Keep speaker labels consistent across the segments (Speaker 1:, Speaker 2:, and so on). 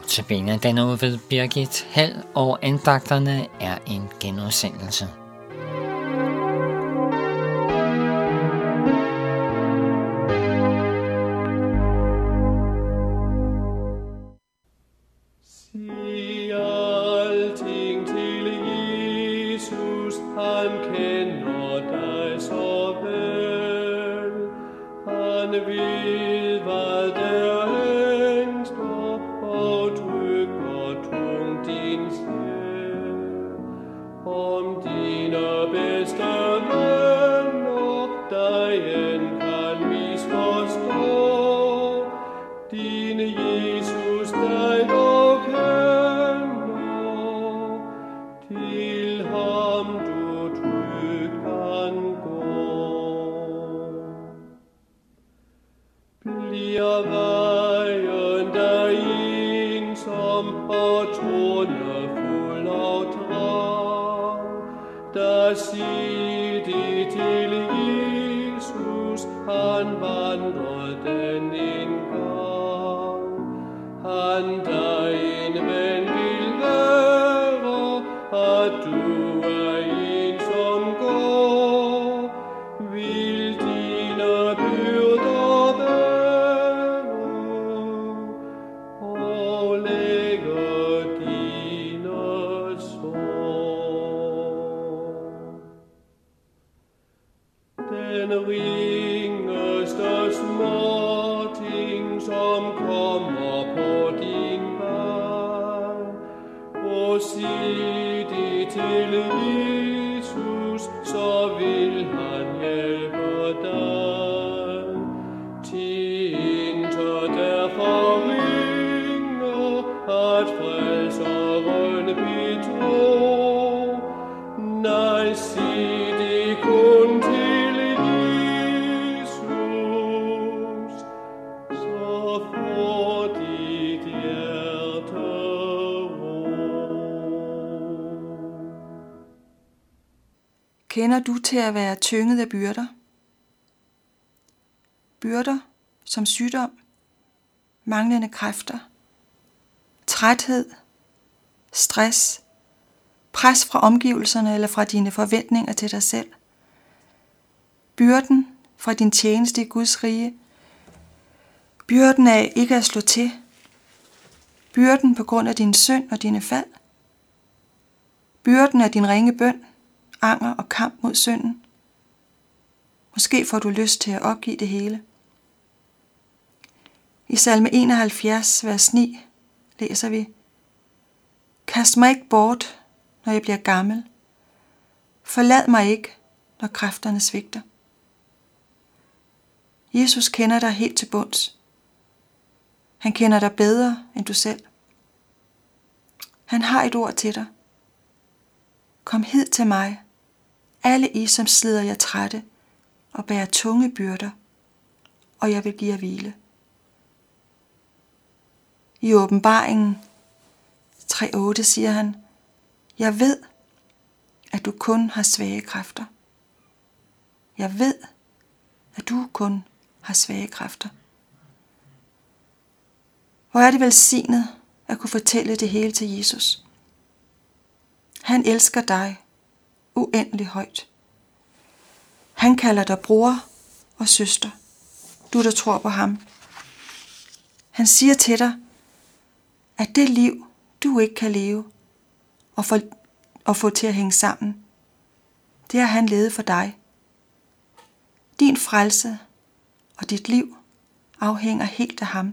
Speaker 1: Notabene den er ude ved Birgit Hald, og andagterne er en genudsendelse.
Speaker 2: Sig alting til Jesus, han kender dig så vel. Han ved, hvad der ængster og trykker tungt din sjæl. Om dine bedste venner dig end kan misforstå, din Jesus dig dog kender, til ham du trygt kan gå. Bliver vejen dig ensom og tårnefuld og trang, da sig det til Jesus, han vandrer den en gang. Han dig en ven vil være, at du er en som går, vil dine byrder bære, og lægge dine sår. Den ringeste småting, som kommer på din vej, og sig det til Jesus, så vil han hjælpe dig. Til intet der forringer, at frelseren betro. Nej, sig det kun til Jesus, så får dit hjerte ro.
Speaker 3: Kender du til at være tynget af byrder? Byrder som sygdom, manglende kræfter, træthed, stress, pres fra omgivelserne eller fra dine forventninger til dig selv. Byrden fra din tjeneste i Guds rige. Byrden af ikke at slå til. Byrden på grund af din synd og dine fald. Byrden af din ringe bøn, anger og kamp mod synden. Måske får du lyst til at opgive det hele. I salme 71, vers 9, læser vi: Kast mig ikke bort, når jeg bliver gammel. Forlad mig ikke, når kræfterne svigter. Jesus kender dig helt til bunds. Han kender dig bedre end du selv. Han har et ord til dig. Kom hid til mig, alle I, som slider jer trætte og bærer tunge byrder, og jeg vil give jer hvile. I Åbenbaringen 3:8 siger han: Jeg ved, at du kun har svage kræfter. Jeg ved, at du kun har svage kræfter. Hvor er det velsignet at kunne fortælle det hele til Jesus. Han elsker dig uendelig højt. Han kalder dig bror og søster, du der tror på ham. Han siger til dig, at det liv, du ikke kan leve og få til at hænge sammen, det har han levet for dig. Din frelse og dit liv afhænger helt af ham.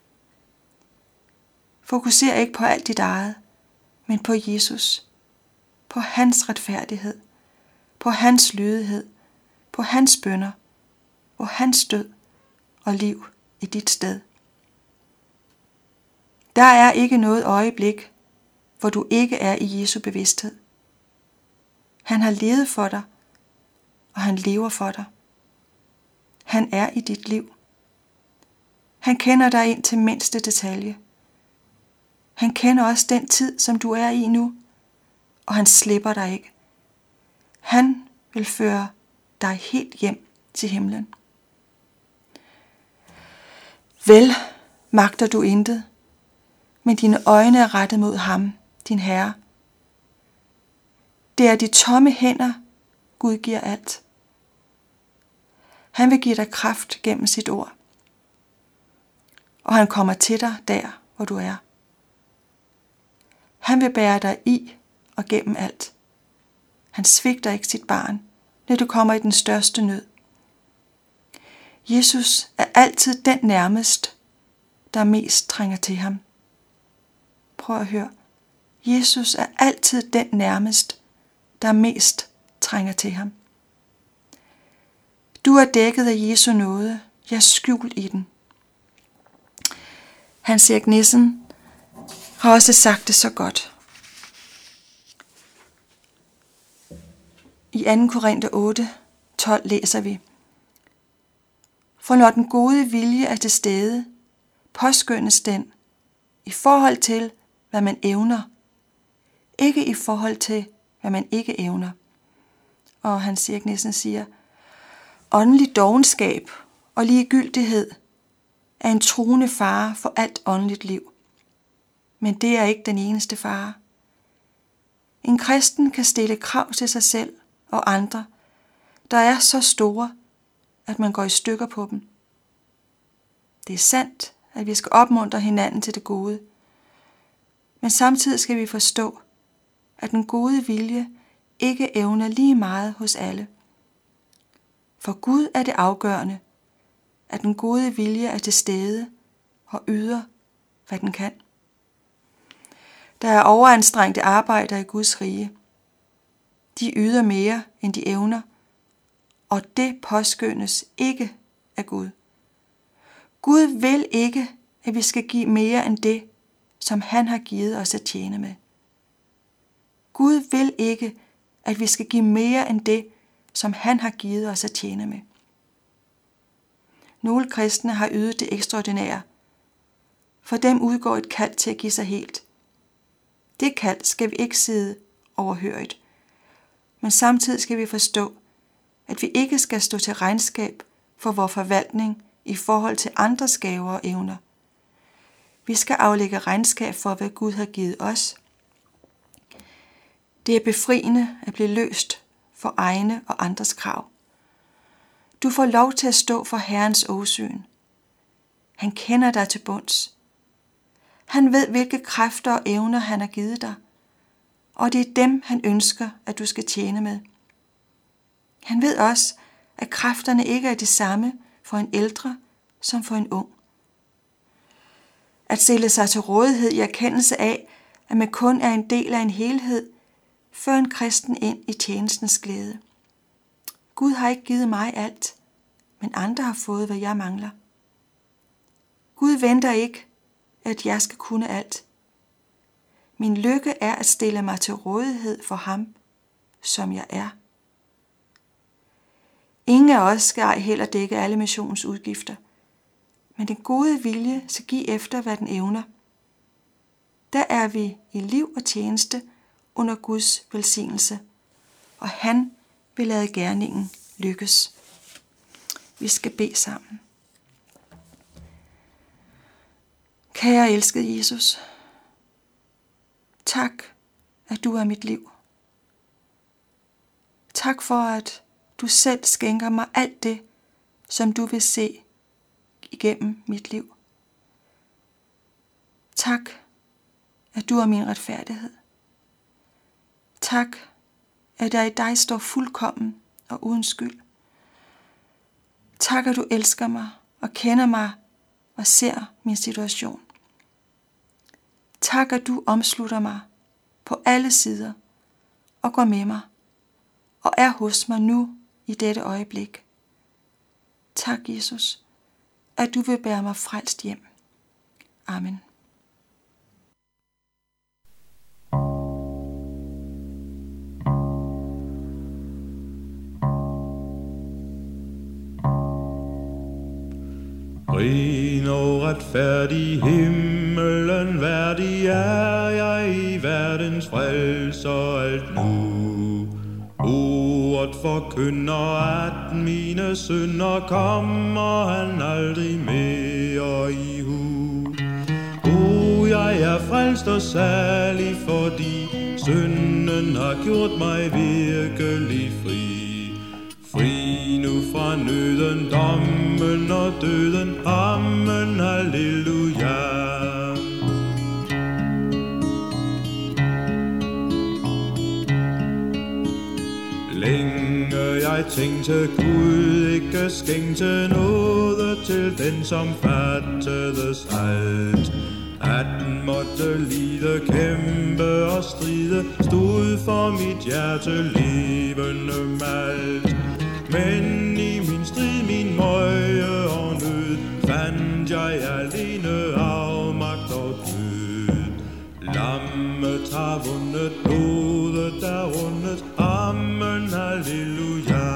Speaker 3: Fokuser ikke på alt dit eget, men på Jesus, på hans retfærdighed, på hans lydighed, på hans bønner, på hans død og liv i dit sted. Der er ikke noget øjeblik, hvor du ikke er i Jesu bevidsthed. Han har levet for dig, og han lever for dig. Han er i dit liv. Han kender dig ind til mindste detalje. Han kender også den tid, som du er i nu, og han slipper dig ikke. Han vil føre dig helt hjem til himlen. Vel magter du intet, men dine øjne er rettet mod ham, din Herre. Det er de tomme hænder, Gud giver alt. Han vil give dig kraft gennem sit ord. Og han kommer til dig der, hvor du er. Han vil bære dig i og gennem alt. Han svigter ikke sit barn, når du kommer i den største nød. Jesus er altid den nærmest, der mest trænger til ham. Prøv at høre. Jesus er altid den nærmest, der mest trænger til ham. Du er dækket af Jesu nåde, jeg er skjult i den. Hans Erik Nissen har også sagt det så godt. I 2. Korinther 8:12 læser vi: For når den gode vilje er til stede, påskønnes den i forhold til, hvad man evner, ikke i forhold til, hvad man ikke evner. Og Hans Erik Nissen siger: åndelig dovenskab og ligegyldighed er en truende fare for alt åndeligt liv. Men det er ikke den eneste fare. En kristen kan stille krav til sig selv og andre, der er så store, at man går i stykker på dem. Det er sandt, at vi skal opmuntre hinanden til det gode. Men samtidig skal vi forstå, at den gode vilje ikke evner lige meget hos alle. For Gud er det afgørende, at den gode vilje er til stede og yder, hvad den kan. Der er overanstrengte arbejdere i Guds rige. De yder mere, end de evner, og det påskønnes ikke af Gud. Gud vil ikke, at vi skal give mere end det, som han har givet os at tjene med. Gud vil ikke, at vi skal give mere end det, som han har givet os at tjene med. Nogle kristne har ydet det ekstraordinære. For dem udgår et kald til at give sig helt. Det kald skal vi ikke sidde overhørigt. Men samtidig skal vi forstå, at vi ikke skal stå til regnskab for vores forvaltning i forhold til andres gaver og evner. Vi skal aflægge regnskab for, hvad Gud har givet os. Det er befriende at blive løst for egne og andres krav. Du får lov til at stå for Herrens åsyn. Han kender dig til bunds. Han ved, hvilke kræfter og evner han har givet dig, og det er dem, han ønsker, at du skal tjene med. Han ved også, at kræfterne ikke er de samme for en ældre som for en ung. At stille sig til rådighed i erkendelse af, at man kun er en del af en helhed, fører en kristen ind i tjenestens glæde. Gud har ikke givet mig alt, men andre har fået, hvad jeg mangler. Gud venter ikke, at jeg skal kunne alt. Min lykke er at stille mig til rådighed for ham, som jeg er. Ingen af os skal ej heller dække alle missionens udgifter, men den gode vilje skal give efter, hvad den evner. Der er vi i liv og tjeneste under Guds velsignelse, og han vil lade gerningen lykkes. Vi skal bede sammen. Kære elskede Jesus, tak, at du er mit liv. Tak for, at du selv skænker mig alt det, som du vil se igennem mit liv. Tak, at du er min retfærdighed. Tak, at jeg i dig står fuldkommen og uden skyld. Tak, at du elsker mig og kender mig og ser min situation. Tak, at du omslutter mig på alle sider og går med mig og er hos mig nu i dette øjeblik. Tak, Jesus, at du vil bære mig frelst hjem. Amen.
Speaker 2: Ren og retfærdig, himmelen værdig er jeg i verdens frelser alt nu. Ordet forkynder, at mine synder kommer han aldrig mere i hu. jeg er frelst og salig, fordi synden har gjort mig virkelig fri. Fri nu fra nøden, dommen og døden, amen, halleluja. Længe jeg tænkte, Gud ikke skænkte noget til den, som fattedes alt. At måtte lide, kæmpe og stride, stod for mit hjerte levende malt. Men i min strid, min møje og nød, fandt jeg alene afmagt og død. Lammet har vundet, blodet er rundet, amen, halleluja.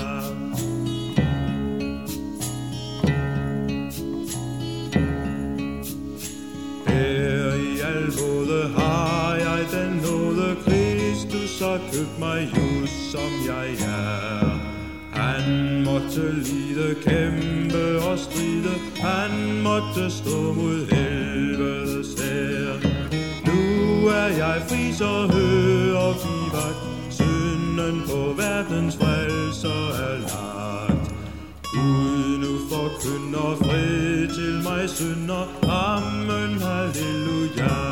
Speaker 2: Her i al både har jeg den nåde, Kristus har købt mig just som jeg er. Han måtte lide, kæmpe og stride, han måtte stå mod helvedes hær. Nu er jeg fri, så hører bivagt, synden på verdens frelser er lagt. Gud nu forkynder fred til mig synder, amen, halleluja.